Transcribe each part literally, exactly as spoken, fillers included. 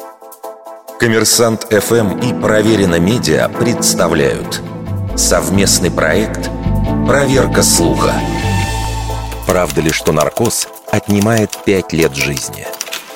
Коммерсант эф эм и Проверено Медиа представляют совместный проект «Проверка слуха». Правда ли, что наркоз отнимает пять лет жизни?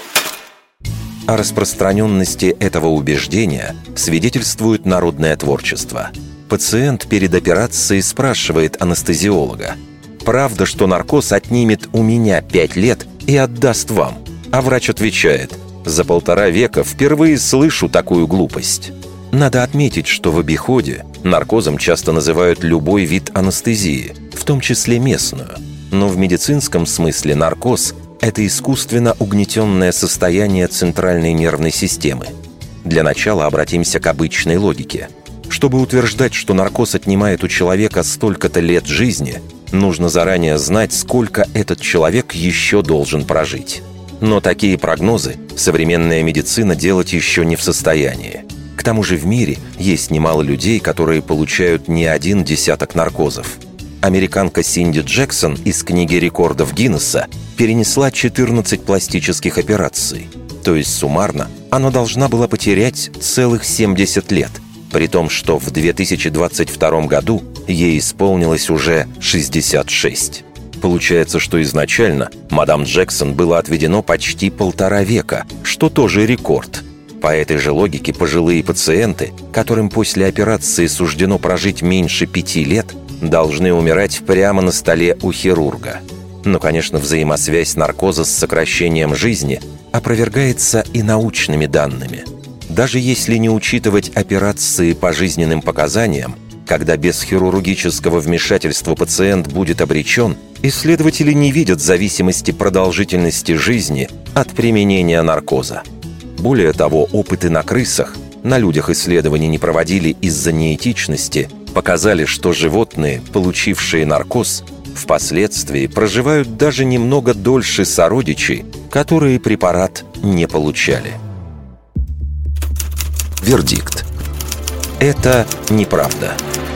О распространенности этого убеждения свидетельствует народное творчество. Пациент перед операцией спрашивает анестезиолога: «Правда, что наркоз отнимет у меня пять лет и отдаст вам?» А врач отвечает: «За полтора века впервые слышу такую глупость». Надо отметить, что в обиходе наркозом часто называют любой вид анестезии, в том числе местную. Но в медицинском смысле наркоз – это искусственно угнетенное состояние центральной нервной системы. Для начала обратимся к обычной логике. Чтобы утверждать, что наркоз отнимает у человека столько-то лет жизни, нужно заранее знать, сколько этот человек еще должен прожить. Но такие прогнозы современная медицина делать еще не в состоянии. К тому же в мире есть немало людей, которые получают не один десяток наркозов. Американка Синди Джексон из книги рекордов Гиннесса перенесла четырнадцать пластических операций. То есть суммарно она должна была потерять целых семьдесят лет, при том, что в две тысячи двадцать втором году ей исполнилось уже шестьдесят шесть. Получается, что изначально мадам Джексон было отведено почти полтора века, что тоже рекорд. По этой же логике пожилые пациенты, которым после операции суждено прожить меньше пяти лет, должны умирать прямо на столе у хирурга. Но, конечно, взаимосвязь наркоза с сокращением жизни опровергается и научными данными. Даже если не учитывать операции по жизненным показаниям, когда без хирургического вмешательства пациент будет обречен, исследователи не видят зависимости продолжительности жизни от применения наркоза. Более того, опыты на крысах, на людях исследований не проводили из-за неэтичности, показали, что животные, получившие наркоз, впоследствии проживают даже немного дольше сородичей, которые препарат не получали. Вердикт. Это неправда.